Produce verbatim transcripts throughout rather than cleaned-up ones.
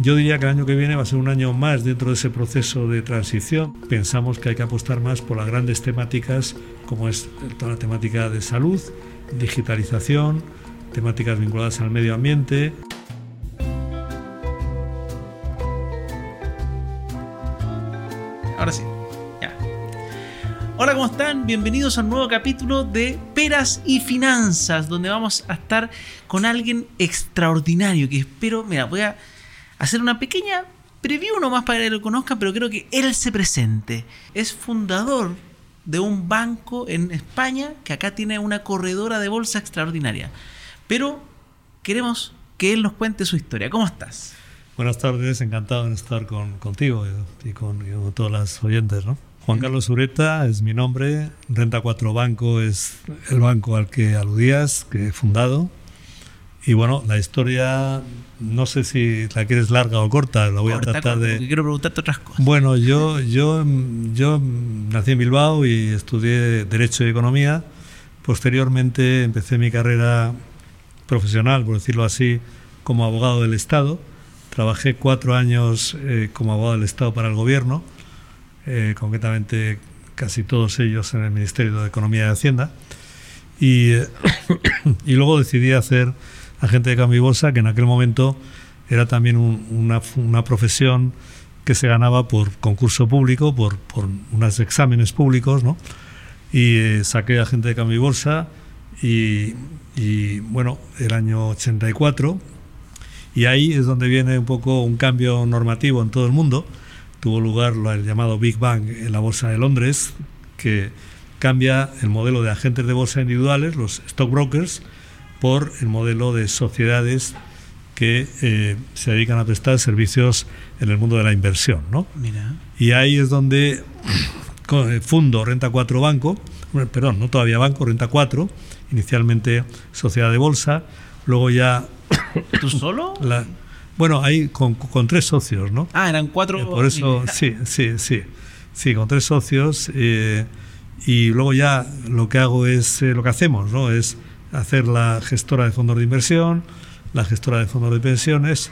yo diría que el año que viene va a ser un año más dentro de ese proceso de transición. Pensamos que hay que apostar más por las grandes temáticas, como es toda la temática de salud, digitalización, temáticas vinculadas al medio ambiente. Ahora sí, ya. Hola, ¿cómo están? Bienvenidos a un nuevo capítulo de Peras y Finanzas, donde vamos a estar con alguien extraordinario que espero, mira, voy a hacer una pequeña preview nomás para que lo conozcan, pero creo que él se presente. Es fundador de un banco en España que acá tiene una corredora de bolsa extraordinaria. Pero queremos que él nos cuente su historia. ¿Cómo estás? Buenas tardes, encantado de estar con, contigo y con, y con todas las oyentes, ¿no? Juan Carlos Ureta es mi nombre, Renta cuatro Banco es el banco al que aludías, que he fundado. Y bueno, la historia, no sé si la quieres larga o corta, la voy Corta, a tratar corta, de... porque quiero preguntarte otras cosas. Bueno, yo, yo, yo nací en Bilbao y estudié Derecho y Economía. Posteriormente empecé mi carrera profesional, por decirlo así, como abogado del Estado. Trabajé cuatro años eh, como abogado del Estado para el Gobierno, eh, concretamente casi todos ellos en el Ministerio de Economía y Hacienda. Y, eh, y luego decidí hacer agente de cambio y bolsa, que en aquel momento era también un, una, una profesión que se ganaba por concurso público, por, por unos exámenes públicos, ¿no? Y eh, saqué agente de cambio y bolsa y, y bueno, el año ochenta y cuatro, y ahí es donde viene un poco un cambio normativo en todo el mundo. Tuvo lugar el llamado Big Bang en la Bolsa de Londres, que cambia el modelo de agentes de bolsa individuales, los stockbrokers, por el modelo de sociedades que eh, se dedican a prestar servicios en el mundo de la inversión, ¿no? Mira. Y ahí es donde fundo Renta cuatro Banco, perdón, no todavía Banco, Renta cuatro, inicialmente sociedad de bolsa, luego ya... ¿Tú solo? La, bueno, ahí con, con tres socios, ¿no? Ah, eran cuatro. Eh, por eso, sí, sí, sí, sí, con tres socios, eh, y luego ya lo que hago es, eh, lo que hacemos, ¿no? Es hacer la gestora de fondos de inversión, la gestora de fondos de pensiones,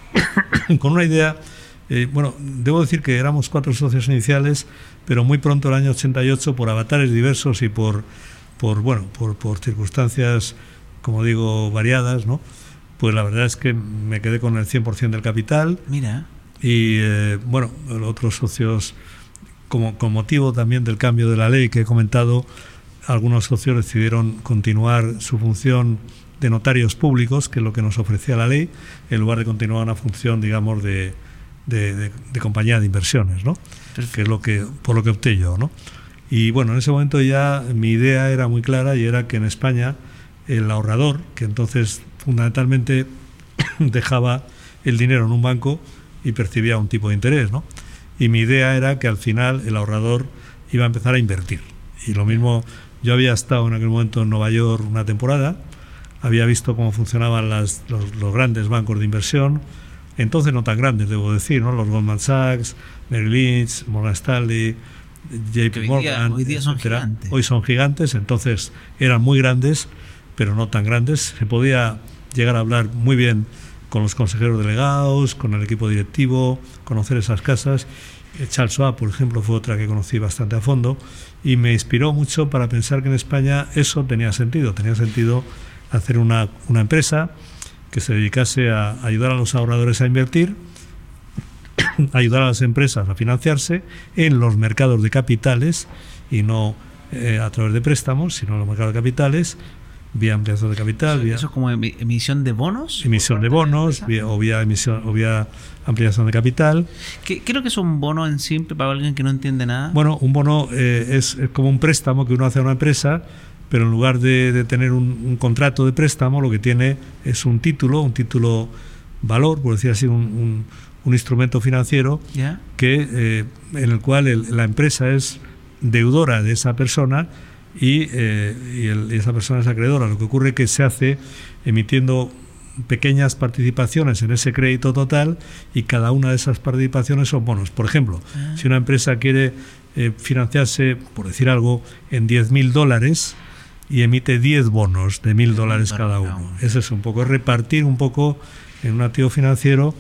con una idea, eh, bueno, debo decir que éramos cuatro socios iniciales, pero muy pronto, el año ochenta y ocho, por avatares diversos y por, por bueno, por, por circunstancias, como digo, variadas, ¿no? Pues la verdad es que me quedé con el cien por ciento del capital. Mira. Y eh, bueno, los otros socios, como con motivo también del cambio de la ley que he comentado, algunos socios decidieron continuar su función de notarios públicos, que es lo que nos ofrecía la ley, en lugar de continuar una función, digamos, de, de, de, de compañía de inversiones, ¿no? Perfecto. Que es lo que, por lo que opté yo, ¿no? Y bueno, en ese momento ya mi idea era muy clara, y era que en España el ahorrador, que entonces fundamentalmente dejaba el dinero en un banco y percibía un tipo de interés, ¿no? Y mi idea era que al final el ahorrador iba a empezar a invertir. Y lo mismo, yo había estado en aquel momento en Nueva York una temporada, había visto cómo funcionaban las, los, los grandes bancos de inversión, entonces no tan grandes, debo decir, ¿no? Los Goldman Sachs, Merrill Lynch, Morgan Stanley, J P Morgan, hoy día son etcétera. gigantes. Hoy son gigantes, entonces eran muy grandes, pero no tan grandes. Se podía llegar a hablar muy bien con los consejeros delegados, con el equipo directivo, conocer esas casas. Charles Schwab, por ejemplo, fue otra que conocí bastante a fondo, y me inspiró mucho para pensar que en España eso tenía sentido. Tenía sentido hacer una, una empresa que se dedicase a ayudar a los ahorradores a invertir, ayudar a las empresas a financiarse en los mercados de capitales, y no eh, a través de préstamos, sino en los mercados de capitales, vía ampliación de capital. ¿Eso, vía, ¿Eso es como emisión de bonos? Emisión de bonos, vía, o, vía emisión, o vía ampliación de capital. ¿Qué, ¿Qué es lo que es un bono en simple para alguien que no entiende nada? Bueno, un bono eh, es, es como un préstamo que uno hace a una empresa, pero en lugar de, de tener un, un contrato de préstamo, lo que tiene es un título, un título valor, por decir así, un, un, un instrumento financiero, ¿ya? que eh, en el cual el, la empresa es deudora de esa persona, y, eh, y, el, y esa persona es acreedora. Lo que ocurre es que se hace emitiendo pequeñas participaciones en ese crédito total, y cada una de esas participaciones son bonos. Por ejemplo, ah. si una empresa quiere eh, financiarse, por decir algo, en diez mil dólares, y emite diez bonos de mil dólares cada uno. Ese es un poco, repartir un poco en un activo financiero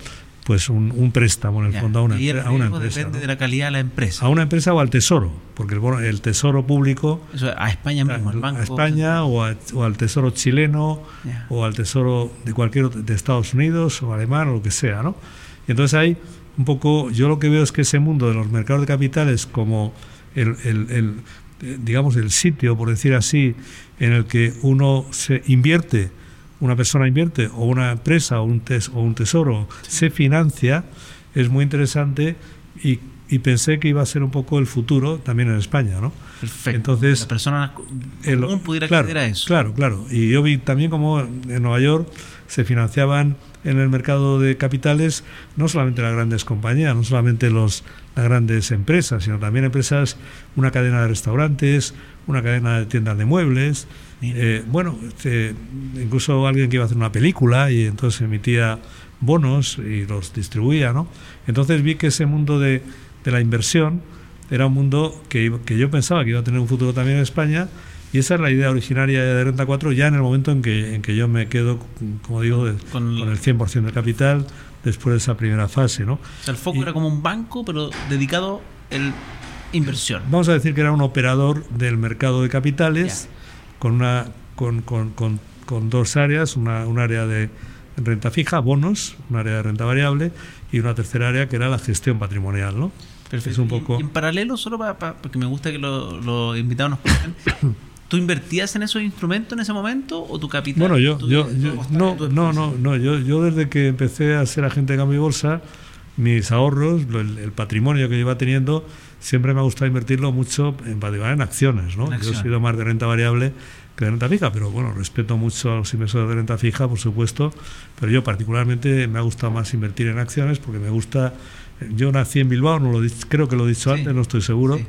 pues un, un préstamo en el ya. fondo a una, y el a una riesgo empresa. depende ¿no? de la calidad de la empresa. A una empresa o al tesoro, porque el, bono, el tesoro público... Eso, a España mismo, el banco... A España o, a, o al tesoro chileno ya. o al tesoro de cualquier otro, de Estados Unidos o alemán o lo que sea, ¿no? Y entonces ahí un poco, yo lo que veo es que ese mundo de los mercados de capitales como el, el, el digamos el sitio, por decir así, en el que uno se invierte, una persona invierte o una empresa o un, tes, o un tesoro sí. se financia, es muy interesante y, y pensé que iba a ser un poco el futuro también en España, ¿no? Perfecto. Entonces, la persona el, común pudiera claro, acceder a eso. Claro, claro. Y yo vi también como en Nueva York se financiaban en el mercado de capitales no solamente las grandes compañías, no solamente los, las grandes empresas, sino también empresas, una cadena de restaurantes, una cadena de tiendas de muebles, eh, bueno, este, incluso alguien que iba a hacer una película y entonces emitía bonos y los distribuía, ¿no? Entonces vi que ese mundo de, de la inversión era un mundo que, que yo pensaba que iba a tener un futuro también en España. Y esa es la idea originaria de Renta cuatro, ya en el momento en que, en que yo me quedo, como digo, de, con, con el cien por ciento del capital después de esa primera fase, ¿no? O sea, el foco y, era como un banco, pero dedicado a la inversión. Vamos a decir que era un operador del mercado de capitales con, una, con, con, con, con dos áreas, una, un área de renta fija, bonos, un área de renta variable y una tercera área que era la gestión patrimonial, ¿no? Perfecto. Es un poco... y, y en paralelo, solo para, para, porque me gusta que los lo invitados nos cuenten, ¿tú invertías en esos instrumentos en ese momento o tu capital? Bueno, yo, tu, yo, tu, yo tu, no, tu no, no, no, yo, yo desde que empecé a ser agente de cambio y bolsa, mis ahorros, el, el patrimonio que iba teniendo, siempre me ha gustado invertirlo mucho en, en acciones, ¿no? En acciones. Yo he sido más de renta variable que de renta fija, pero bueno, respeto mucho a los inversores de renta fija, por supuesto, pero yo particularmente me ha gustado más invertir en acciones porque me gusta. Yo nací en Bilbao, no lo creo que lo he dicho sí. antes, no estoy seguro. Sí.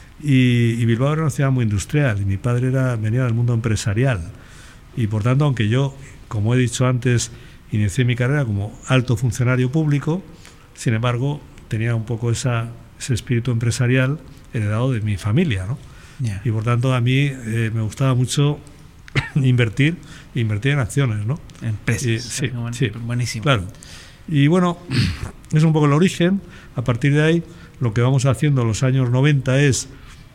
Y, y Bilbao era una ciudad muy industrial y mi padre era, venía del mundo empresarial y por tanto, aunque yo, como he dicho antes, inicié mi carrera como alto funcionario público, sin embargo tenía un poco esa, ese espíritu empresarial heredado de mi familia, ¿no? Yeah. Y por tanto a mí eh, me gustaba mucho invertir invertir en acciones, ¿no? Empresas. Y, sí, buen, sí, buenísimo. Claro. Y bueno, es un poco el origen. A partir de ahí lo que vamos haciendo en los años noventa es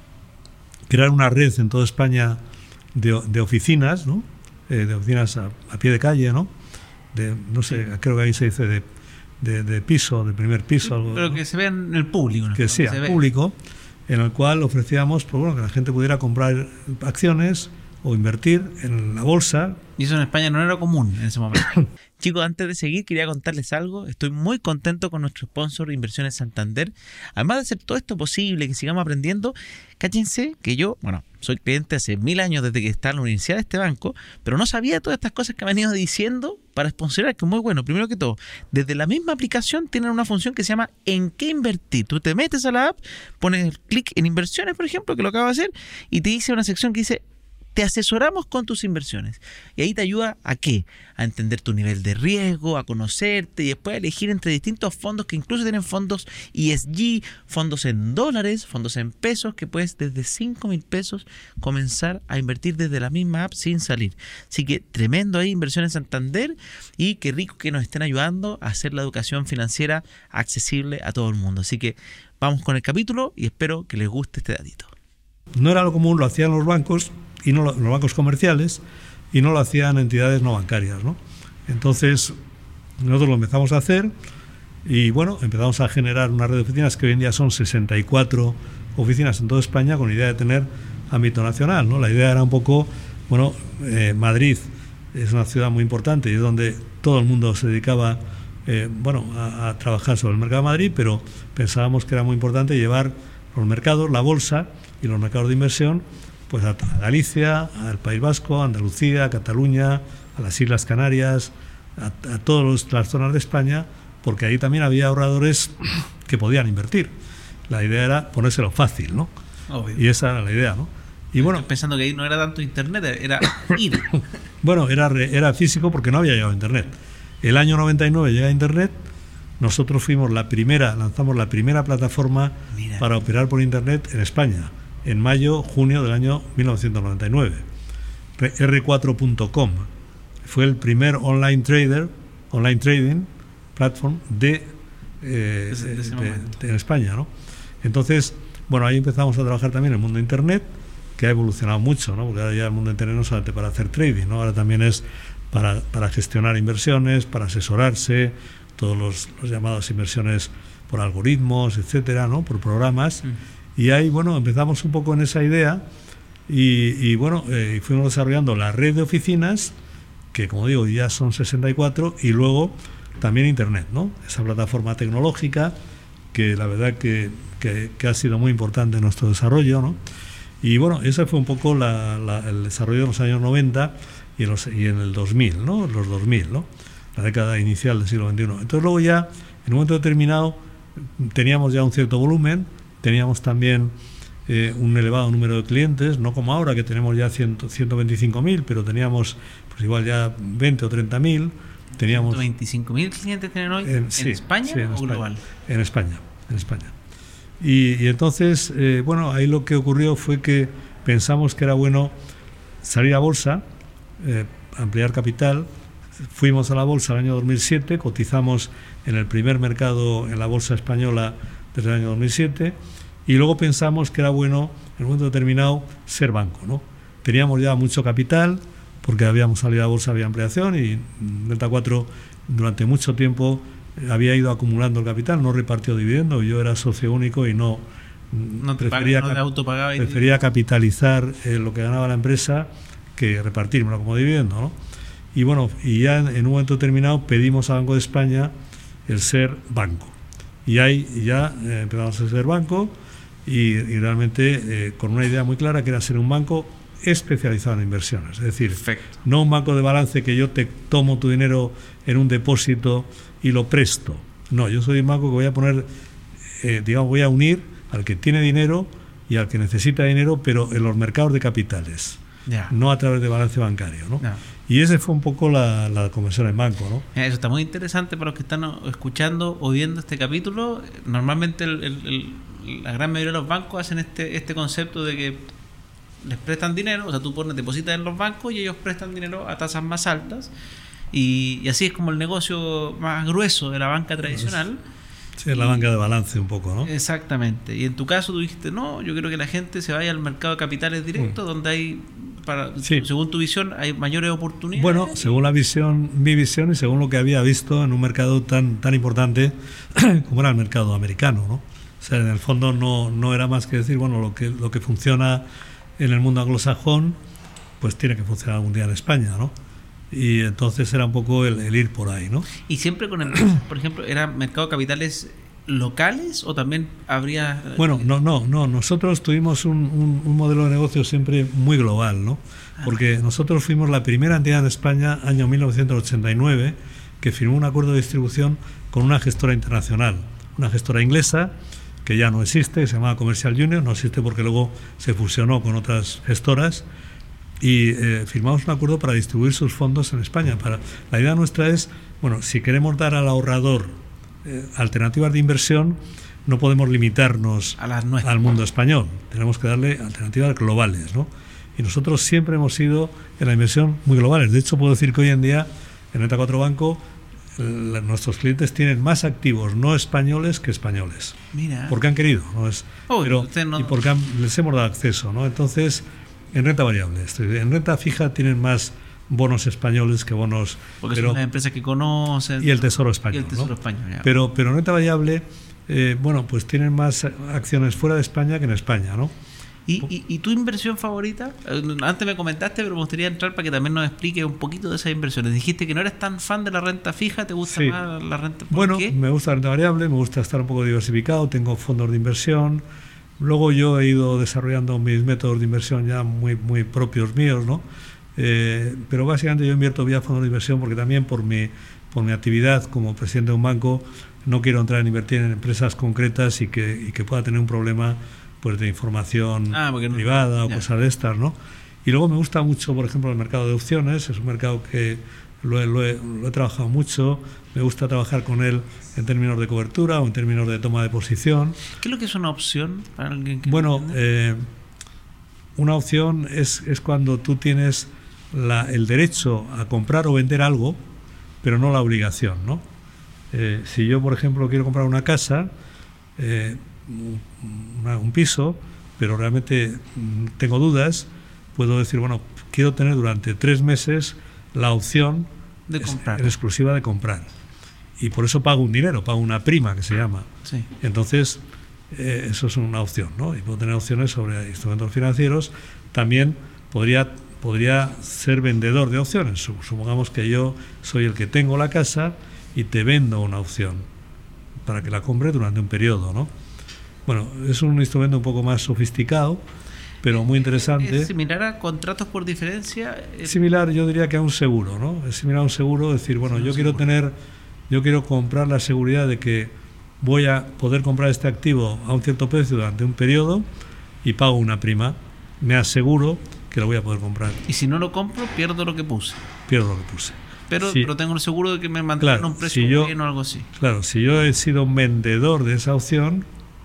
crear una red en toda España de, de oficinas, ¿no? Eh, de oficinas a, a pie de calle, ¿no? De, no sé, sí. creo que ahí se dice de, de, de piso, de primer piso. Sí, algo, pero ¿no? que se vea en el público. ¿no? Que sea que se público, en el cual ofrecíamos pues, bueno, que la gente pudiera comprar acciones o invertir en la bolsa. Y eso en España no era común en ese momento. Chicos, antes de seguir, quería contarles algo. Estoy muy contento con nuestro sponsor Inversiones Santander. Además de hacer todo esto posible, que sigamos aprendiendo, cállense que yo, bueno, soy cliente hace mil años desde que está en la universidad de este banco, pero no sabía todas estas cosas que me han ido diciendo para sponsorar, que es muy bueno. Primero que todo, desde la misma aplicación tienen una función que se llama ¿En qué invertir? Tú te metes a la app, pones el clic en inversiones, por ejemplo, que lo acabo de hacer, y te dice una sección que dice te asesoramos con tus inversiones. Y ahí te ayuda a qué? A entender tu nivel de riesgo, a conocerte y después a elegir entre distintos fondos que incluso tienen fondos E S G, fondos en dólares, fondos en pesos, que puedes desde cinco mil pesos comenzar a invertir desde la misma app sin salir. Así que tremendo ahí Inversiones Santander y qué rico que nos estén ayudando a hacer la educación financiera accesible a todo el mundo. Así que vamos con el capítulo y espero que les guste este datito. No era lo común, lo hacían los bancos y no lo, los bancos comerciales y no lo hacían entidades no bancarias, ¿no? Entonces nosotros lo empezamos a hacer y bueno, empezamos a generar una red de oficinas que hoy en día son sesenta y cuatro oficinas en toda España con idea de tener ámbito nacional, ¿no? La idea era un poco, bueno, eh, Madrid es una ciudad muy importante y es donde todo el mundo se dedicaba eh, bueno, a, a trabajar sobre el mercado de Madrid, pero pensábamos que era muy importante llevar los mercados, la bolsa y los mercados de inversión pues a Galicia, al País Vasco, a Andalucía, a Cataluña, a las Islas Canarias, a, a todas las zonas de España, porque ahí también había ahorradores que podían invertir. La idea era ponérselo fácil, ¿no? Obvio. Y esa era la idea, ¿no? Y bueno, pensando que ahí no era tanto internet, era ir. Bueno, era, era físico porque no había llegado internet. El año noventa y nueve llega internet. Nosotros fuimos la primera, lanzamos la primera plataforma Mira. para operar por internet en España, en mayo, junio del año mil novecientos noventa y nueve. erre cuatro punto com fue el primer online trader, online trading platform de eh, de, de, de, en España, ¿no? Entonces, bueno, ahí empezamos a trabajar también en el mundo de Internet, que ha evolucionado mucho, ¿no? Porque ahora ya el mundo de Internet no es solamente para hacer trading, ¿no? Ahora también es para, para gestionar inversiones, para asesorarse, todos los, los llamados inversiones por algoritmos, etcétera, ¿no? Por programas. Mm. Y ahí, bueno, empezamos un poco en esa idea y, y bueno, eh, fuimos desarrollando la red de oficinas, que como digo, ya son sesenta y cuatro, y luego también Internet, ¿no? Esa plataforma tecnológica que la verdad que, que, que ha sido muy importante en nuestro desarrollo, ¿no? Y bueno, ese fue un poco la, la, el desarrollo de los años noventa y en, los, y en el dos mil, ¿no? Los dos mil, ¿no? La década inicial del siglo veintiuno. Entonces luego ya, en un momento determinado, teníamos ya un cierto volumen, teníamos también eh, un elevado número de clientes, no como ahora que tenemos ya ciento veinticinco mil, pero teníamos pues igual ya veinte o treinta mil. Teníamos ¿ciento veinticinco mil clientes tienen hoy en, en sí, España sí, en o España, global? En España, en España. Y, y entonces, eh, bueno, ahí lo que ocurrió fue que pensamos que era bueno salir a bolsa, eh, ampliar capital. Fuimos a la bolsa el año dos mil siete, cotizamos en el primer mercado en la bolsa española desde el año dos mil siete, y luego pensamos que era bueno, en un momento determinado, ser banco, ¿no? Teníamos ya mucho capital, porque habíamos salido a la bolsa, había ampliación, y Renta cuatro durante mucho tiempo había ido acumulando el capital, no repartió dividendos, yo era socio único y no, no prefería, paga, no autopagaba y prefería capitalizar eh, lo que ganaba la empresa que repartírmelo como dividendo, ¿no? Y bueno, y ya en, en un momento determinado pedimos al Banco de España el ser banco, y ahí ya eh, empezamos a ser banco y, y realmente eh, con una idea muy clara que era ser un banco especializado en inversiones, es decir, perfecto, no un banco de balance que yo te tomo tu dinero en un depósito y lo presto. No, yo soy un banco que voy a poner, eh, digamos, voy a unir al que tiene dinero y al que necesita dinero, pero en los mercados de capitales, yeah. no a través de balance bancario, ¿no? Yeah. Y ese fue un poco la, la conversión en banco, ¿no? Eso está muy interesante para los que están escuchando o viendo este capítulo. Normalmente el, el, el, la gran mayoría de los bancos hacen este, este concepto de que les prestan dinero, o sea, tú pones, depositas en los bancos y ellos prestan dinero a tasas más altas, y, y así es como el negocio más grueso de la banca tradicional. Sí, es la banca de balance un poco, ¿no? Exactamente. Y en tu caso tú dijiste, no, yo quiero que la gente se vaya al mercado de capitales directo, mm. donde hay, para, sí. según tu visión, hay mayores oportunidades. Bueno, según la visión, mi visión y según lo que había visto en un mercado tan tan importante como era el mercado americano, ¿no? O sea, en el fondo no, no era más que decir, bueno, lo que, lo que funciona en el mundo anglosajón, pues tiene que funcionar algún día en España, ¿no? Y entonces era un poco el, el ir por ahí, ¿no? Y siempre con el, por ejemplo, ¿era mercado de capitales locales o también habría...? Bueno, no, no, no. Nosotros tuvimos un, un, un modelo de negocio siempre muy global, ¿no? Porque nosotros fuimos la primera entidad en España, año mil novecientos ochenta y nueve, que firmó un acuerdo de distribución con una gestora internacional, una gestora inglesa, que ya no existe, que se llamaba Commercial Junior, no existe porque luego se fusionó con otras gestoras, y eh, firmamos un acuerdo para distribuir sus fondos en España. Para, la idea nuestra es, bueno, si queremos dar al ahorrador eh, alternativas de inversión, no podemos limitarnos a las al mundo español, tenemos que darle alternativas globales, ¿no? Y nosotros siempre hemos sido en la inversión muy globales. De hecho, puedo decir que hoy en día en Renta cuatro Banco nuestros clientes tienen más activos no españoles que españoles. Mira. Porque han querido, ¿no? Es, oh, pero, no... y porque han, les hemos dado acceso, ¿no? Entonces, en renta variable, en renta fija tienen más bonos españoles que bonos... Porque pero, son las empresas que conocen... Y el Tesoro Español, y el Tesoro ¿no? Español, ya. Pero, pero en renta variable, eh, bueno, pues tienen más acciones fuera de España que en España, ¿no? ¿Y, y, ¿Y tu inversión favorita? Antes me comentaste, pero me gustaría entrar para que también nos expliques un poquito de esas inversiones. Dijiste que no eres tan fan de la renta fija, ¿te gusta sí. más la renta? ¿Por bueno, qué? Me gusta la renta variable, me gusta estar un poco diversificado, tengo fondos de inversión. Luego yo he ido desarrollando mis métodos de inversión ya muy, muy propios míos, ¿no? Eh, pero básicamente yo invierto vía fondos de inversión porque también por mi, por mi actividad como presidente de un banco no quiero entrar en invertir en empresas concretas y que, y que pueda tener un problema pues de información ah, no, privada o ya. cosas de estas, ¿no? Y luego me gusta mucho, por ejemplo, el mercado de opciones, es un mercado que lo he, lo he, lo he trabajado mucho, me gusta trabajar con él en términos de cobertura o en términos de toma de posición. ¿Qué es lo que es una opción para alguien que Bueno, eh, una opción es, es cuando tú tienes la, el derecho a comprar o vender algo, pero no la obligación, ¿no? Eh, si yo, por ejemplo, quiero comprar una casa, eh, una, un piso, pero realmente tengo dudas, puedo decir, bueno, quiero tener durante tres meses la opción de comprar. Es, exclusiva de comprar. Y por eso pago un dinero, pago una prima que se llama. Sí. Entonces, eh, eso es una opción, ¿no? Y puedo tener opciones sobre instrumentos financieros. También podría, podría ser vendedor de opciones. Supongamos que yo soy el que tengo la casa y te vendo una opción para que la compre durante un periodo, ¿no? Bueno, es un instrumento un poco más sofisticado, pero muy interesante. ¿Es similar a contratos por diferencia? Similar, yo diría que a un seguro, ¿no? Es similar a un seguro, decir, bueno, yo quiero tener, yo quiero comprar la seguridad de que voy a poder comprar este activo a un cierto precio durante un periodo y pago una prima. Me aseguro que lo voy a poder comprar. Y si no lo compro, pierdo lo que puse. Pierdo lo que puse. Pero, sí. pero tengo el seguro de que me mantengan claro, un precio si yo, bien o algo así. Claro, si yo he sido un vendedor de esa opción,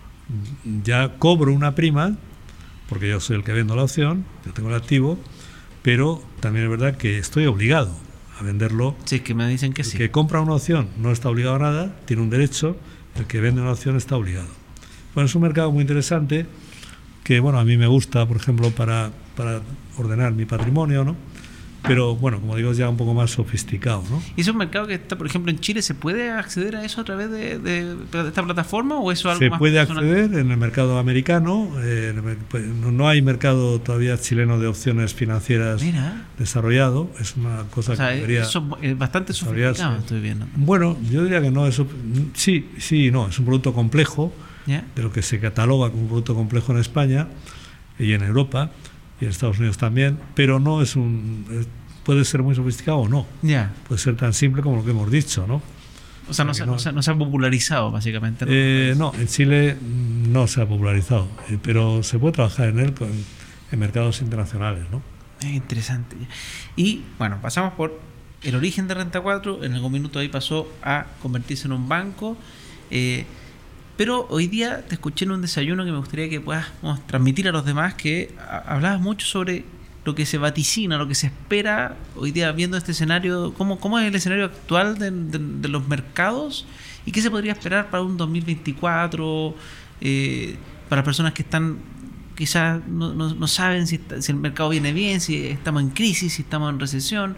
ya cobro una prima, porque yo soy el que vendo la opción, yo tengo el activo, pero también es verdad que estoy obligado a venderlo. Sí, es que me dicen que el sí. El que compra una opción no está obligado a nada, tiene un derecho, el que vende una opción está obligado. Bueno, es un mercado muy interesante que, bueno, a mí me gusta, por ejemplo, para, para ordenar mi patrimonio, ¿no? Pero, bueno, como digo, es ya un poco más sofisticado, ¿no? ¿Y es un mercado que está, por ejemplo, en Chile, se puede acceder a eso a través de, de, de esta plataforma o eso es algo se más puede personal? Acceder en el mercado americano. Eh, no hay mercado todavía chileno de opciones financieras Mira. desarrollado. Es una cosa o sea, que debería eso es bastante sofisticado, estoy viendo. Bueno, yo diría que no. Es, sí, sí, no. Es un producto complejo, ¿ya? De lo que se cataloga como un producto complejo en España y en Europa y en Estados Unidos también, pero no es un... Es, puede ser muy sofisticado o no. Ya. Puede ser tan simple como lo que hemos dicho, ¿no? O sea, no se, no, se, no se ha popularizado, básicamente. ¿no? Eh, no, en Chile no se ha popularizado, eh, pero se puede trabajar en él con, en mercados internacionales, ¿no? Es interesante. Y, bueno, pasamos por el origen de Renta cuatro, en algún minuto ahí pasó a convertirse en un banco, eh, pero hoy día te escuché en un desayuno que me gustaría que puedas vamos, transmitir a los demás, que a, hablabas mucho sobre lo que se vaticina, lo que se espera hoy día viendo este escenario, cómo, cómo es el escenario actual de, de, de los mercados y qué se podría esperar para un dos mil veinticuatro, eh, para personas que están quizás no, no, no saben si, está, si el mercado viene bien, si estamos en crisis, si estamos en recesión.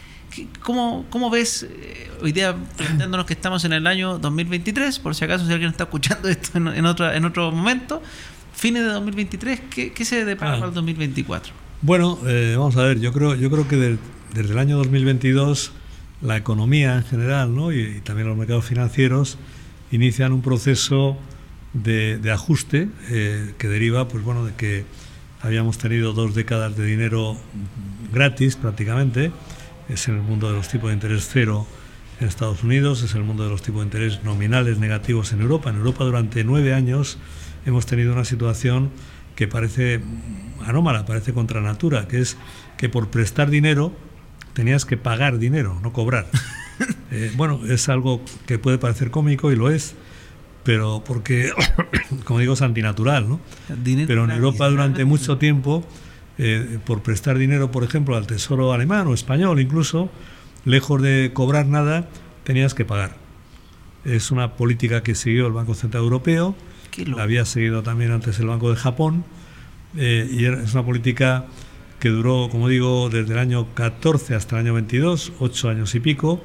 ¿Cómo, cómo ves eh, hoy día, planteándonos que estamos en el año dos mil veintitrés, por si acaso si alguien está escuchando esto en, en, otro, en otro momento, fines de dos mil veintitrés, ¿qué, qué se depara ah. para el dos mil veinticuatro? Bueno, eh, vamos a ver, yo creo, yo creo que de, desde el año dos mil veintidós la economía en general, ¿no? y, y también los mercados financieros inician un proceso de, de ajuste eh, que deriva, pues bueno, de que habíamos tenido dos décadas de dinero gratis prácticamente. Es en el mundo de los tipos de interés cero en Estados Unidos, es el mundo de los tipos de interés nominales negativos en Europa. En Europa durante nueve años hemos tenido una situación que parece anómala, parece contra natura, que es que por prestar dinero tenías que pagar dinero, no cobrar. eh, bueno, es algo que puede parecer cómico y lo es, pero porque, como digo, es antinatural, ¿no? Pero en Europa durante mucho tiempo, eh, por prestar dinero, por ejemplo, al Tesoro alemán o español incluso, lejos de cobrar nada, tenías que pagar. Es una política que siguió el Banco Central Europeo, la había seguido también antes el Banco de Japón, eh, y es una política que duró, como digo, desde el año catorce hasta el año veintidós, ocho años y pico,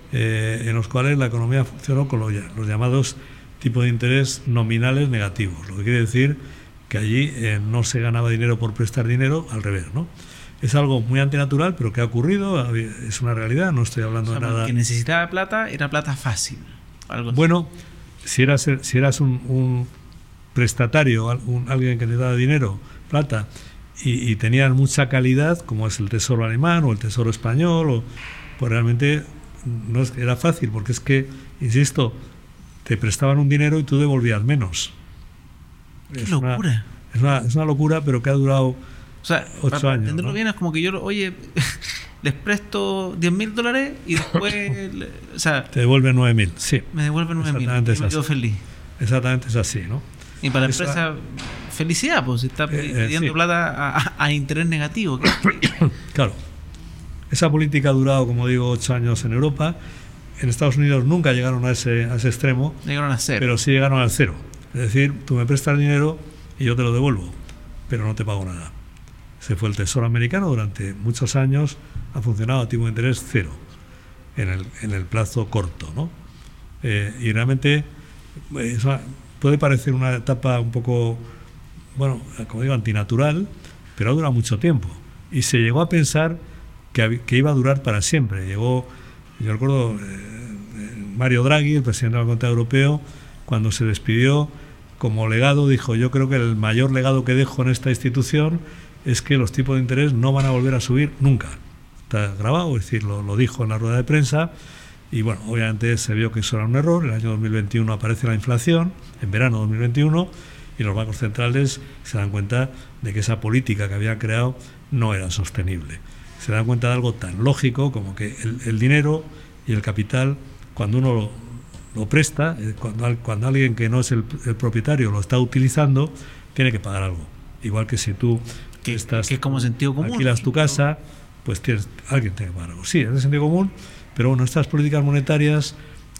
eh, en los cuales la economía funcionó con los, los llamados tipos de interés nominales negativos, lo que quiere decir que allí eh, no se ganaba dinero por prestar dinero, al revés, ¿no? Es algo muy antinatural, pero que ha ocurrido, es una realidad, no estoy hablando o sea, de nada. Que necesitaba plata, era plata fácil. Algo bueno, si eras, si eras un, un prestatario, un, alguien que te daba dinero, plata, y, y tenían mucha calidad, como es el Tesoro alemán o el Tesoro español, o, pues realmente no es, era fácil, porque es que, insisto, te prestaban un dinero y tú devolvías menos. ¡Qué es locura! Una, es, una, es una locura, pero que ha durado o sea, ocho para años. Entenderlo, ¿no? Bien, es como que yo, oye, les presto diez mil dólares y después, le, o sea, te devuelven nueve mil, sí. Me devuelven nueve mil y me quedo feliz. Exactamente es así, ¿no? Y para la Esa, empresa, felicidad, pues, está pidiendo eh, eh, sí. plata a, a interés negativo. Claro. Esa política ha durado, como digo, ocho años en Europa en Estados Unidos nunca llegaron a ese, a ese extremo, llegaron a cero. Pero sí llegaron al cero. Es decir, tú me prestas dinero y yo te lo devuelvo, pero no te pago nada. Ese fue el Tesoro americano durante muchos años, ha funcionado a tipo de interés cero en el, en el plazo corto, ¿no? Eh, y realmente eso puede parecer una etapa un poco, bueno, como digo, antinatural, pero ha durado mucho tiempo. Y se llegó a pensar que, que iba a durar para siempre. Llegó, yo recuerdo, eh, Mario Draghi, el presidente del Banco Central Europeo, cuando se despidió como legado, dijo: yo creo que el mayor legado que dejo en esta institución es que los tipos de interés no van a volver a subir nunca. Está grabado, es decir, lo, lo dijo en la rueda de prensa. Y bueno, obviamente se vio que eso era un error. El año dos mil veintiuno aparece la inflación, en verano de dos mil veintiuno, y los bancos centrales se dan cuenta de que esa política que habían creado no era sostenible. Se dan cuenta de algo tan lógico como que el, el dinero y el capital, cuando uno lo, lo presta, cuando, cuando alguien que no es el, el propietario lo está utilizando, tiene que pagar algo. Igual que si tú que, estás, que es como sentido común, alquilas tu casa, pues tienes, alguien tiene que pagar algo. Sí, es de sentido común, pero bueno, estas políticas monetarias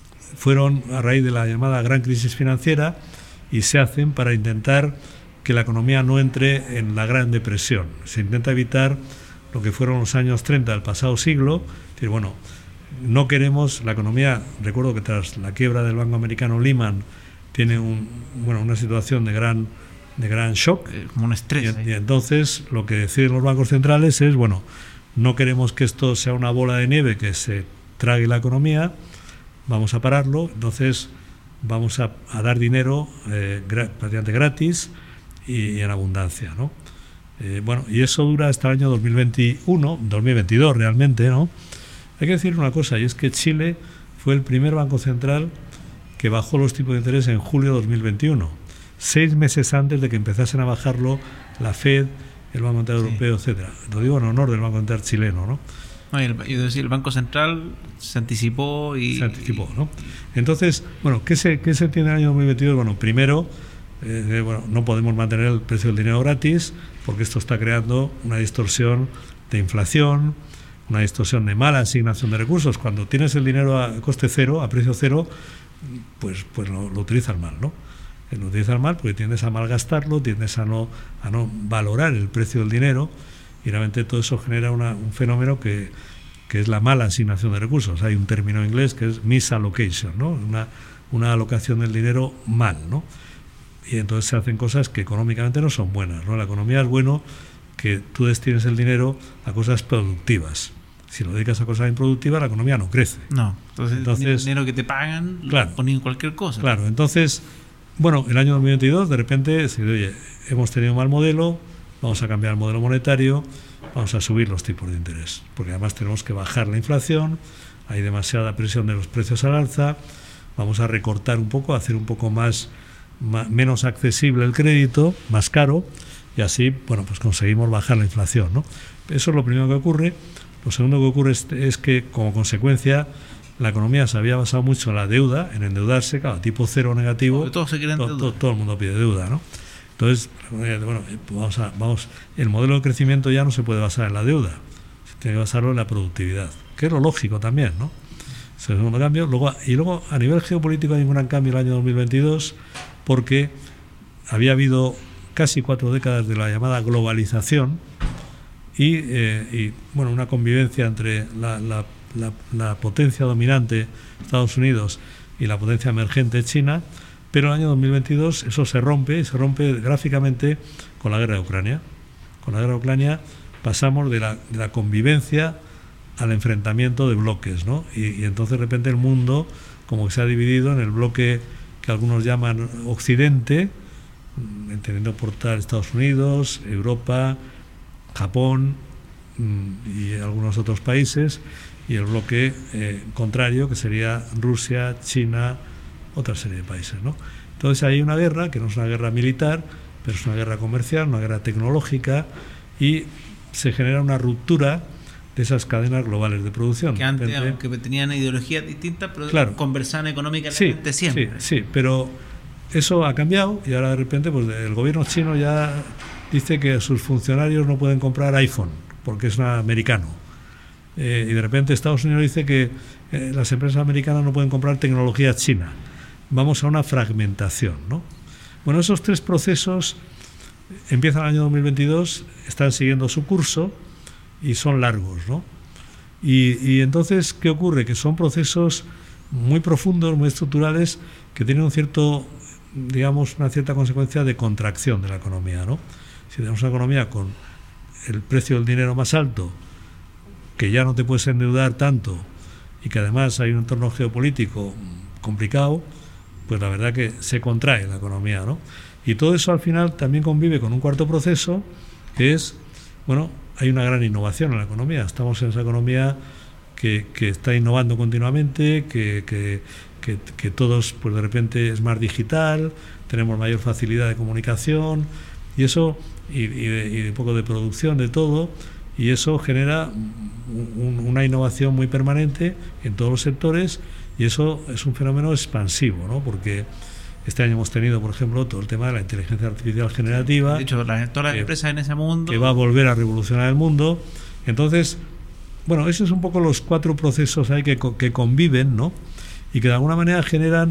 fueron a raíz de la llamada gran crisis financiera y se hacen para intentar que la economía no entre en la Gran Depresión. Se intenta evitar lo que fueron los años treinta del pasado siglo. Es decir, bueno, no queremos la economía. Recuerdo que tras la quiebra del banco americano Lehman tiene un, bueno, una situación de gran de gran shock, eh, como un estrés. Y, y entonces lo que deciden los bancos centrales es, bueno, no queremos que esto sea una bola de nieve que se trague la economía, vamos a pararlo, entonces vamos a, a dar dinero eh, gra, prácticamente gratis y, y en abundancia, ¿no? Eh, bueno, y eso dura hasta el año dos mil veintiuno, dos mil veintidós realmente, ¿no? Hay que decir una cosa, y es que Chile fue el primer banco central que bajó los tipos de interés en julio de dos mil veintiuno, seis meses antes de que empezasen a bajarlo la Fed, el Banco Central Europeo, sí, etcétera. Lo digo en honor del Banco Central chileno, ¿no? No, el, yo decía, el Banco Central se anticipó y... Se anticipó, ¿no? Entonces, bueno, ¿qué se, qué se entiende en el año dos mil veintidós? Bueno, primero, eh, bueno, no podemos mantener el precio del dinero gratis porque esto está creando una distorsión de inflación, una distorsión de mala asignación de recursos. Cuando tienes el dinero a coste cero, a precio cero, pues, pues lo, lo utilizas mal, ¿no? Lo utilizas mal porque tiendes a malgastarlo, tiendes a no, a no valorar el precio del dinero, y realmente todo eso genera una, un fenómeno que, que es la mala asignación de recursos. Hay un término inglés que es misallocation, ¿no? Una, una alocación del dinero mal, ¿no? Y entonces se hacen cosas que económicamente no son buenas, ¿no? La economía es bueno que tú destines el dinero a cosas productivas. Si lo dedicas a cosas improductivas, la economía no crece. No, entonces, entonces el dinero que te pagan claro, lo ponen en cualquier cosa. Claro, entonces, bueno, el año dos mil veintidós de repente se dice, oye, hemos tenido un mal modelo, vamos a cambiar el modelo monetario, vamos a subir los tipos de interés, porque además tenemos que bajar la inflación, hay demasiada presión de los precios al alza, vamos a recortar un poco, hacer un poco más, más menos accesible el crédito, más caro, y así, bueno, pues conseguimos bajar la inflación, ¿no? Eso es lo primero que ocurre. Lo segundo que ocurre es, es que, como consecuencia, la economía se había basado mucho en la deuda, en endeudarse, claro, tipo cero negativo, todos se quieren todo, todo, todo el mundo pide deuda, ¿no? Entonces, bueno, vamos a, vamos, el modelo de crecimiento ya no se puede basar en la deuda, se tiene que basarlo en la productividad, que es lo lógico también, ¿no? Es el segundo cambio. Luego, y luego, a nivel geopolítico hay un gran cambio el año dos mil veintidós, porque había habido casi cuatro décadas de la llamada globalización y, eh, y bueno, una convivencia entre la, la, la, la potencia dominante, Estados Unidos, y la potencia emergente, China. Pero en el año dos mil veintidós eso se rompe, y se rompe gráficamente con la guerra de Ucrania. Con la guerra de Ucrania pasamos de la, de la convivencia al enfrentamiento de bloques, ¿no? Y, y entonces de repente el mundo como que se ha dividido en el bloque que algunos llaman Occidente, entendiendo por tal Estados Unidos, Europa, Japón y algunos otros países, y el bloque eh, contrario, que sería Rusia, China, otra serie de países, ¿no? Entonces hay una guerra que no es una guerra militar, pero es una guerra comercial, una guerra tecnológica, y se genera una ruptura de esas cadenas globales de producción. Que antes, aunque tenían ideologías distintas, pero claro, conversaban económicamente sí, siempre. Sí, sí, pero eso ha cambiado y ahora de repente pues el gobierno chino ya dice que sus funcionarios no pueden comprar iPhone porque es americano. eh, y de repente Estados Unidos dice que eh, las empresas americanas no pueden comprar tecnología china. Vamos a una fragmentación, ¿no? Bueno, esos tres procesos empiezan el año dos mil veintidós, están siguiendo su curso y son largos, ¿no? Y, y entonces, ¿qué ocurre? Que son procesos muy profundos, muy estructurales, que tienen un cierto, digamos, una cierta consecuencia de contracción de la economía, ¿no? Si tenemos una economía con el precio del dinero más alto, que ya no te puedes endeudar tanto y que además hay un entorno geopolítico complicado, pues la verdad que se contrae la economía, ¿no? Y todo eso al final también convive con un cuarto proceso, que es, bueno, hay una gran innovación en la economía. Estamos en esa economía que, que está innovando continuamente, que, que, que, que todos, pues de repente es más digital, tenemos mayor facilidad de comunicación, y eso, y, y, de, y de poco de producción, de todo, y eso genera un, una innovación muy permanente en todos los sectores, y eso es un fenómeno expansivo, ¿no? Porque este año hemos tenido, por ejemplo, todo el tema de la inteligencia artificial generativa. De hecho, la, todas las que, empresas en ese mundo... que va a volver a revolucionar el mundo. Entonces, bueno, esos son un poco los cuatro procesos ahí que, que conviven, ¿no? Y que de alguna manera generan,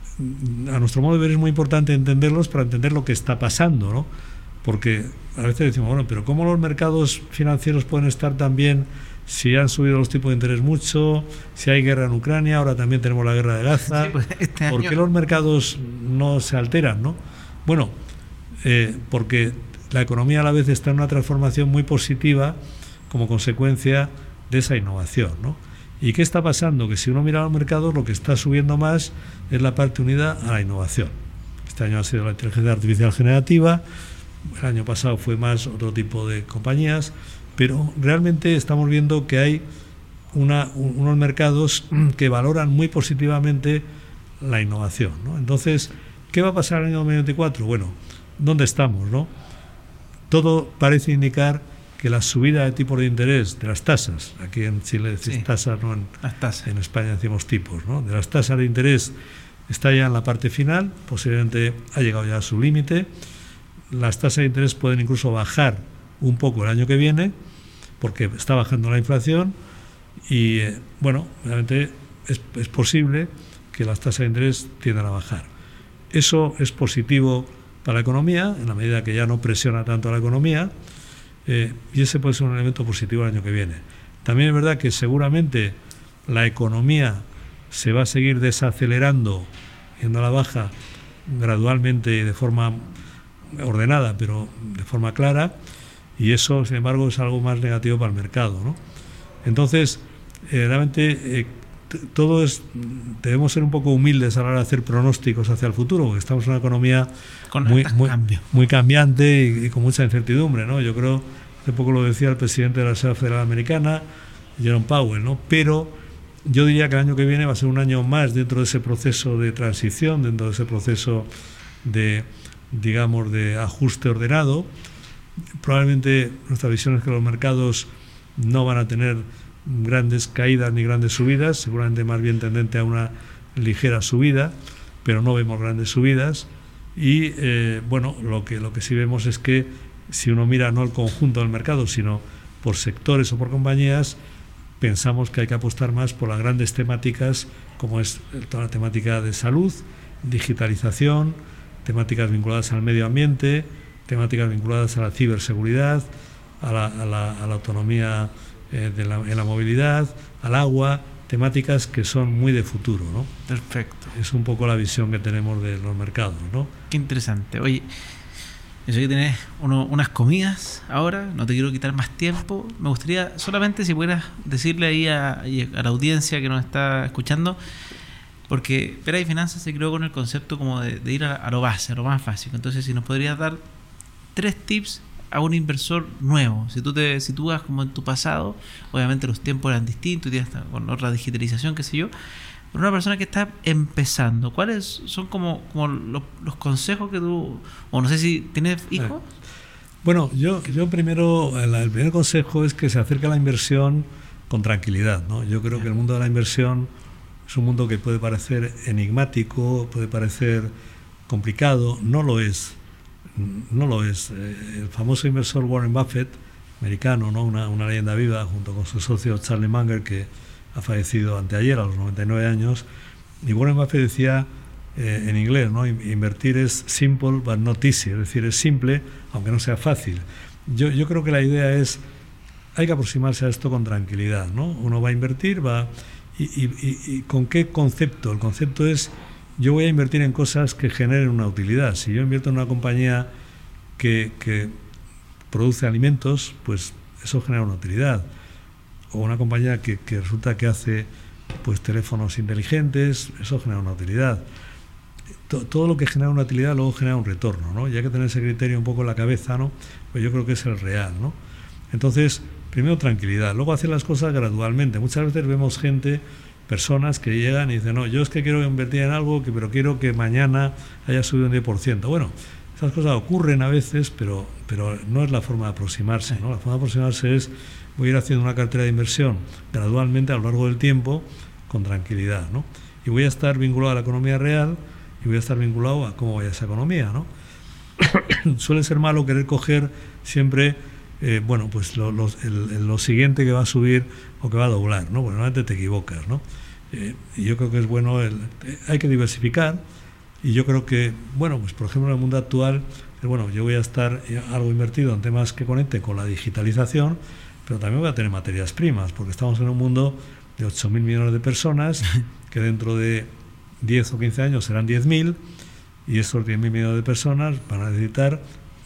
a nuestro modo de ver es muy importante entenderlos para entender lo que está pasando, ¿no? Porque a veces decimos, bueno, pero ¿cómo los mercados financieros pueden estar tan bien si han subido los tipos de interés mucho, si hay guerra en Ucrania, ahora también tenemos la guerra de Gaza? Sí, pues este año... ¿Por qué los mercados no se alteran, no? Bueno, eh, porque la economía a la vez está en una transformación muy positiva como consecuencia de esa innovación, ¿no? ¿Y qué está pasando? Que si uno mira los mercados, lo que está subiendo más es la parte unida a la innovación. Este año ha sido la inteligencia artificial generativa, el año pasado fue más otro tipo de compañías, pero realmente estamos viendo que hay una, unos mercados que valoran muy positivamente la innovación, ¿no? Entonces, ¿qué va a pasar en el año dos mil veinticuatro? Bueno, ¿dónde estamos, no? Todo parece indicar que la subida de tipos de interés de las tasas, aquí en Chile decís sí, tasas, no en, las tasas. En España decimos tipos, ¿no? De las tasas de interés está ya en la parte final, posiblemente ha llegado ya a su límite. Las tasas de interés pueden incluso bajar un poco el año que viene, porque está bajando la inflación y, eh, bueno, realmente es, es posible que las tasas de interés tiendan a bajar. Eso es positivo para la economía, en la medida que ya no presiona tanto a la economía, eh, y ese puede ser un elemento positivo el año que viene. También es verdad que seguramente la economía se va a seguir desacelerando, yendo a la baja gradualmente y de forma ordenada, pero de forma clara, y eso, sin embargo, es algo más negativo para el mercado, ¿no? Entonces, eh, realmente, eh, t- todo es, debemos ser un poco humildes a la hora de hacer pronósticos hacia el futuro, porque estamos en una economía con muy, muy, cambio. muy cambiante y, y con mucha incertidumbre, ¿no? Yo creo, hace poco lo decía el presidente de la Reserva Federal Americana, Jerome Powell, ¿no? Pero yo diría que el año que viene va a ser un año más dentro de ese proceso de transición, dentro de ese proceso de, digamos, de ajuste ordenado. Probablemente nuestra visión es que los mercados no van a tener grandes caídas ni grandes subidas, seguramente más bien tendente a una ligera subida, pero no vemos grandes subidas. Y eh, bueno, lo que, lo que sí vemos es que si uno mira no el conjunto del mercado, sino por sectores o por compañías, pensamos que hay que apostar más por las grandes temáticas, como es toda la temática de salud, digitalización, temáticas vinculadas al medio ambiente, temáticas vinculadas a la ciberseguridad, a la, a la, a la autonomía eh, de la, en la movilidad, al agua, temáticas que son muy de futuro, ¿no? Perfecto. Es un poco la visión que tenemos de los mercados, ¿no? Qué interesante. Oye, yo sé que tenés uno, unas comidas ahora, no te quiero quitar más tiempo. Me gustaría solamente si pudieras decirle ahí a, a la audiencia que nos está escuchando, porque Peras y Finanzas se creó con el concepto como de, de ir a, a lo base, a lo más básico. Entonces, si nos podrías dar tres tips a un inversor nuevo. Si tú te sitúas como en tu pasado, obviamente los tiempos eran distintos, y con otra digitalización, qué sé yo, pero una persona que está empezando, ¿cuáles son como, como los, los consejos que tú, o no sé si tienes hijos? Bueno, yo, yo primero, el, el primer consejo es que se acerque a la inversión con tranquilidad, ¿no? Yo creo que el mundo de la inversión es un mundo que puede parecer enigmático, puede parecer complicado, no lo es. No lo es. El famoso inversor Warren Buffett americano, ¿no? Una, una leyenda viva, junto con su socio Charlie Munger, que ha fallecido anteayer a los noventa y nueve años. Y Warren Buffett decía eh, en inglés, ¿no? Invertir es simple but not easy, es decir, es simple aunque no sea fácil. Yo, yo creo que la idea es, hay que aproximarse a esto con tranquilidad, ¿no? Uno va a invertir, va... Y, y, y, y ¿con qué concepto? El concepto es, yo voy a invertir en cosas que generen una utilidad. Si yo invierto en una compañía que, que produce alimentos, pues eso genera una utilidad. O una compañía que, que resulta que hace pues teléfonos inteligentes, eso genera una utilidad. Todo lo que genera una utilidad luego genera un retorno, ¿no? Y hay que tener ese criterio un poco en la cabeza, ¿no? Pues yo creo que es el real, ¿no? Entonces, primero tranquilidad, luego hacer las cosas gradualmente. Muchas veces vemos gente, personas que llegan y dicen, no, yo es que quiero invertir en algo, que, pero quiero que mañana haya subido un diez por ciento. Bueno, esas cosas ocurren a veces, pero, pero no es la forma de aproximarse, ¿no? La forma de aproximarse es, voy a ir haciendo una cartera de inversión gradualmente a lo largo del tiempo, con tranquilidad, ¿no? Y voy a estar vinculado a la economía real y voy a estar vinculado a cómo vaya esa economía, ¿no? Suele ser malo querer coger siempre, eh, bueno, pues lo, lo, el, lo siguiente que va a subir o que va a doblar, ¿no? Bueno, normalmente te equivocas, ¿no? Eh, y yo creo que es bueno, el, eh, hay que diversificar, y yo creo que, bueno, pues por ejemplo en el mundo actual, eh, bueno, yo voy a estar algo invertido en temas que conecten con la digitalización, pero también voy a tener materias primas, porque estamos en un mundo de ocho mil millones de personas, que dentro de diez o quince años serán diez mil, y estos diez mil millones de personas van a necesitar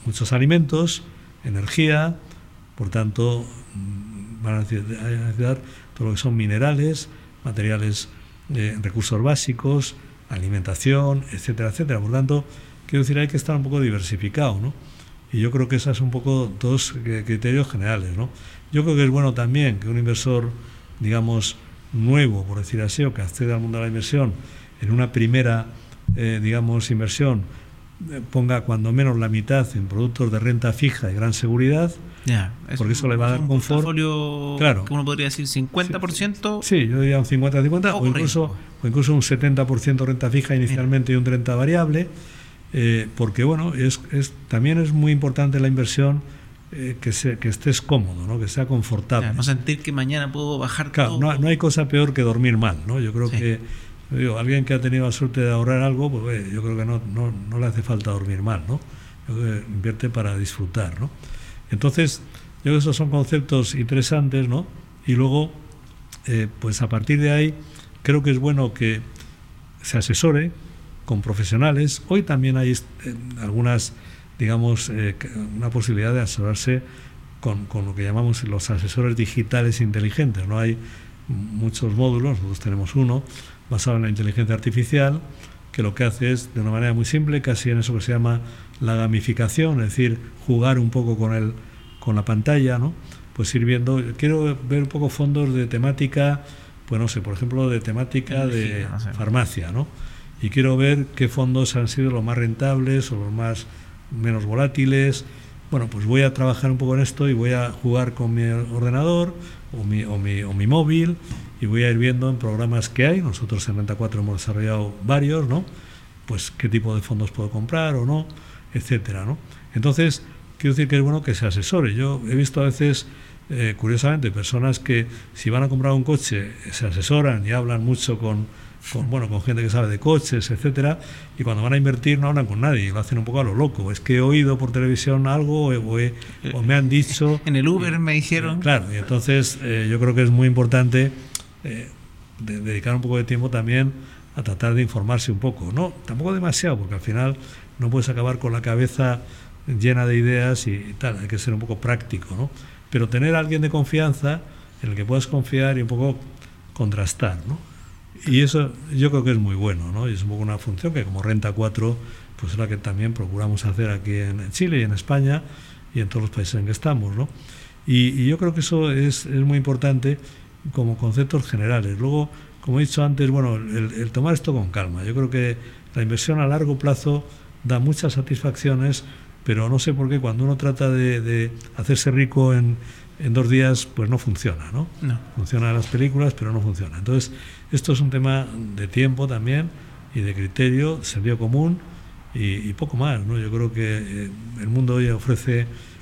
muchos alimentos, energía, por tanto van a necesitar todo lo que son minerales, materiales, eh, recursos básicos, alimentación, etcétera, etcétera. Por tanto, quiero decir, hay que estar un poco diversificado, ¿no? Y yo creo que esos son un poco dos criterios generales, ¿no? Yo creo que es bueno también que un inversor, digamos, nuevo, por decir así, o que accede al mundo de la inversión, en una primera, eh, digamos, inversión, eh, ponga cuando menos la mitad en productos de renta fija y gran seguridad, yeah, porque eso le va a dar confort. Claro. Que uno podría decir cincuenta por ciento. Sí, sí, yo diría un cincuenta cincuenta, o incluso, o incluso un setenta por ciento renta fija inicialmente, yeah, y un treinta por ciento variable, eh, porque bueno, es, es, también es muy importante la inversión, eh, que, se, que estés cómodo, ¿no? Que sea confortable. Yeah, no sentir que mañana puedo bajar claro, todo. No, no hay cosa peor que dormir mal, ¿no? Yo creo sí. que digo, alguien que ha tenido la suerte de ahorrar algo, pues eh, yo creo que no, no, no le hace falta dormir mal, ¿no? Yo creo que invierte para disfrutar, ¿no? Entonces, yo creo que esos son conceptos interesantes, ¿no? Y luego, eh, pues a partir de ahí, creo que es bueno que se asesore con profesionales. Hoy también hay eh, algunas, digamos, eh, una posibilidad de asesorarse con, con lo que llamamos los asesores digitales inteligentes, ¿no? Hay muchos módulos, nosotros tenemos uno, basado en la inteligencia artificial, que lo que hace es, de una manera muy simple, casi en eso que se llama la gamificación, es decir, jugar un poco con el, con la pantalla, ¿no? Pues ir viendo, quiero ver un poco fondos de temática, pues no sé, por ejemplo, de temática de no sé. farmacia, ¿no? Y quiero ver qué fondos han sido los más rentables o los más menos volátiles. Bueno, pues voy a trabajar un poco en esto y voy a jugar con mi ordenador o mi, o mi, o mi móvil, y voy a ir viendo en programas que hay. Nosotros en Renta cuatro hemos desarrollado varios, ¿no? Pues qué tipo de fondos puedo comprar o no, etcétera, ¿no? Entonces, quiero decir que es bueno que se asesore. Yo he visto a veces, eh, curiosamente, personas que si van a comprar un coche se asesoran y hablan mucho con, con, bueno, con gente que sabe de coches, etcétera, y cuando van a invertir no hablan con nadie, lo hacen un poco a lo loco. Es que he oído por televisión algo o, he, o me han dicho... En el Uber me dijeron... Claro, y entonces eh, yo creo que es muy importante eh, de, dedicar un poco de tiempo también a tratar de informarse un poco. No, tampoco demasiado, porque al final no puedes acabar con la cabeza llena de ideas y, y tal, hay que ser un poco práctico, ¿no? Pero tener a alguien de confianza en el que puedas confiar y un poco contrastar, ¿no? Y eso yo creo que es muy bueno, ¿no? Y es un poco una función que como Renta cuatro, pues es la que también procuramos hacer aquí en Chile y en España y en todos los países en que estamos, ¿no? Y, y yo creo que eso es, es muy importante como conceptos generales. Luego, como he dicho antes, bueno, el, el tomar esto con calma. Yo creo que la inversión a largo plazo da muchas satisfacciones, pero no sé por qué cuando uno trata de, de hacerse rico en, en dos días, pues no funciona, ¿no? No. Funciona en las películas, pero no funciona. Entonces, esto es un tema de tiempo también y de criterio, sentido común y, y poco más, ¿no? Yo creo que eh, el mundo hoy ofrece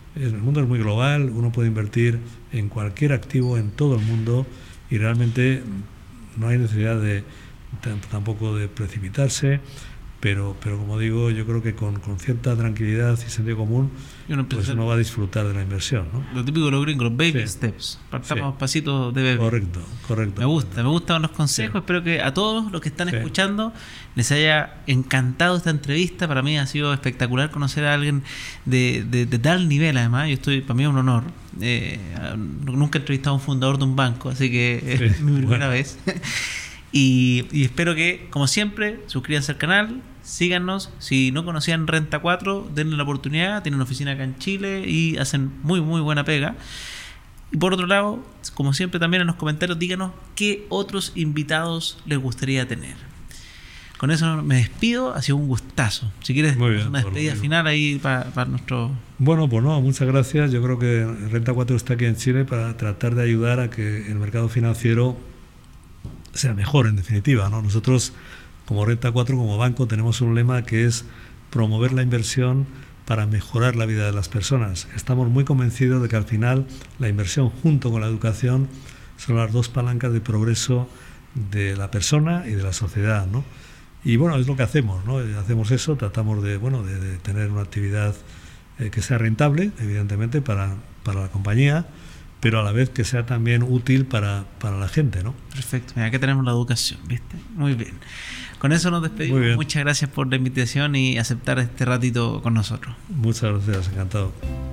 el mundo es muy global, uno puede invertir en cualquier activo en todo el mundo y realmente no hay necesidad de tampoco de precipitarse, pero pero como digo, yo creo que con, con cierta tranquilidad y sentido común uno, pues uno va a disfrutar de la inversión, ¿no? Lo típico de los gringos, los baby sí. steps, partamos sí. pasitos de bebé. Correcto, correcto. Me gusta, me gustan los consejos, sí. Espero que a todos los que están sí. escuchando les haya encantado esta entrevista. Para mí ha sido espectacular conocer a alguien de, de, de tal nivel, además. Yo estoy, para mí es un honor. Eh, nunca he entrevistado a un fundador de un banco, así que sí. es mi primera bueno. vez. Y, y espero que, como siempre, suscríbanse al canal, síganos. Si no conocían Renta cuatro, denle la oportunidad. Tienen una oficina acá en Chile y hacen muy, muy buena pega. Y por otro lado, como siempre, también en los comentarios díganos qué otros invitados les gustaría tener. Con eso me despido, ha sido un gustazo. Si quieres, bien, una despedida final ahí para, para nuestro... Bueno, pues no, muchas gracias. Yo creo que Renta cuatro está aquí en Chile para tratar de ayudar a que el mercado financiero sea mejor, en definitiva, ¿no? Nosotros, como Renta cuatro, como banco, tenemos un lema que es promover la inversión para mejorar la vida de las personas. Estamos muy convencidos de que al final la inversión junto con la educación son las dos palancas de progreso de la persona y de la sociedad, ¿no? Y bueno, es lo que hacemos, ¿no? Hacemos eso, tratamos de, bueno, de, de tener una actividad eh, que sea rentable, evidentemente, para, para la compañía, pero a la vez que sea también útil para, para la gente, ¿no? Perfecto. Mira, aquí tenemos la educación, ¿viste? Muy bien. Con eso nos despedimos. Muchas gracias por la invitación y aceptar este ratito con nosotros. Muchas gracias, encantado.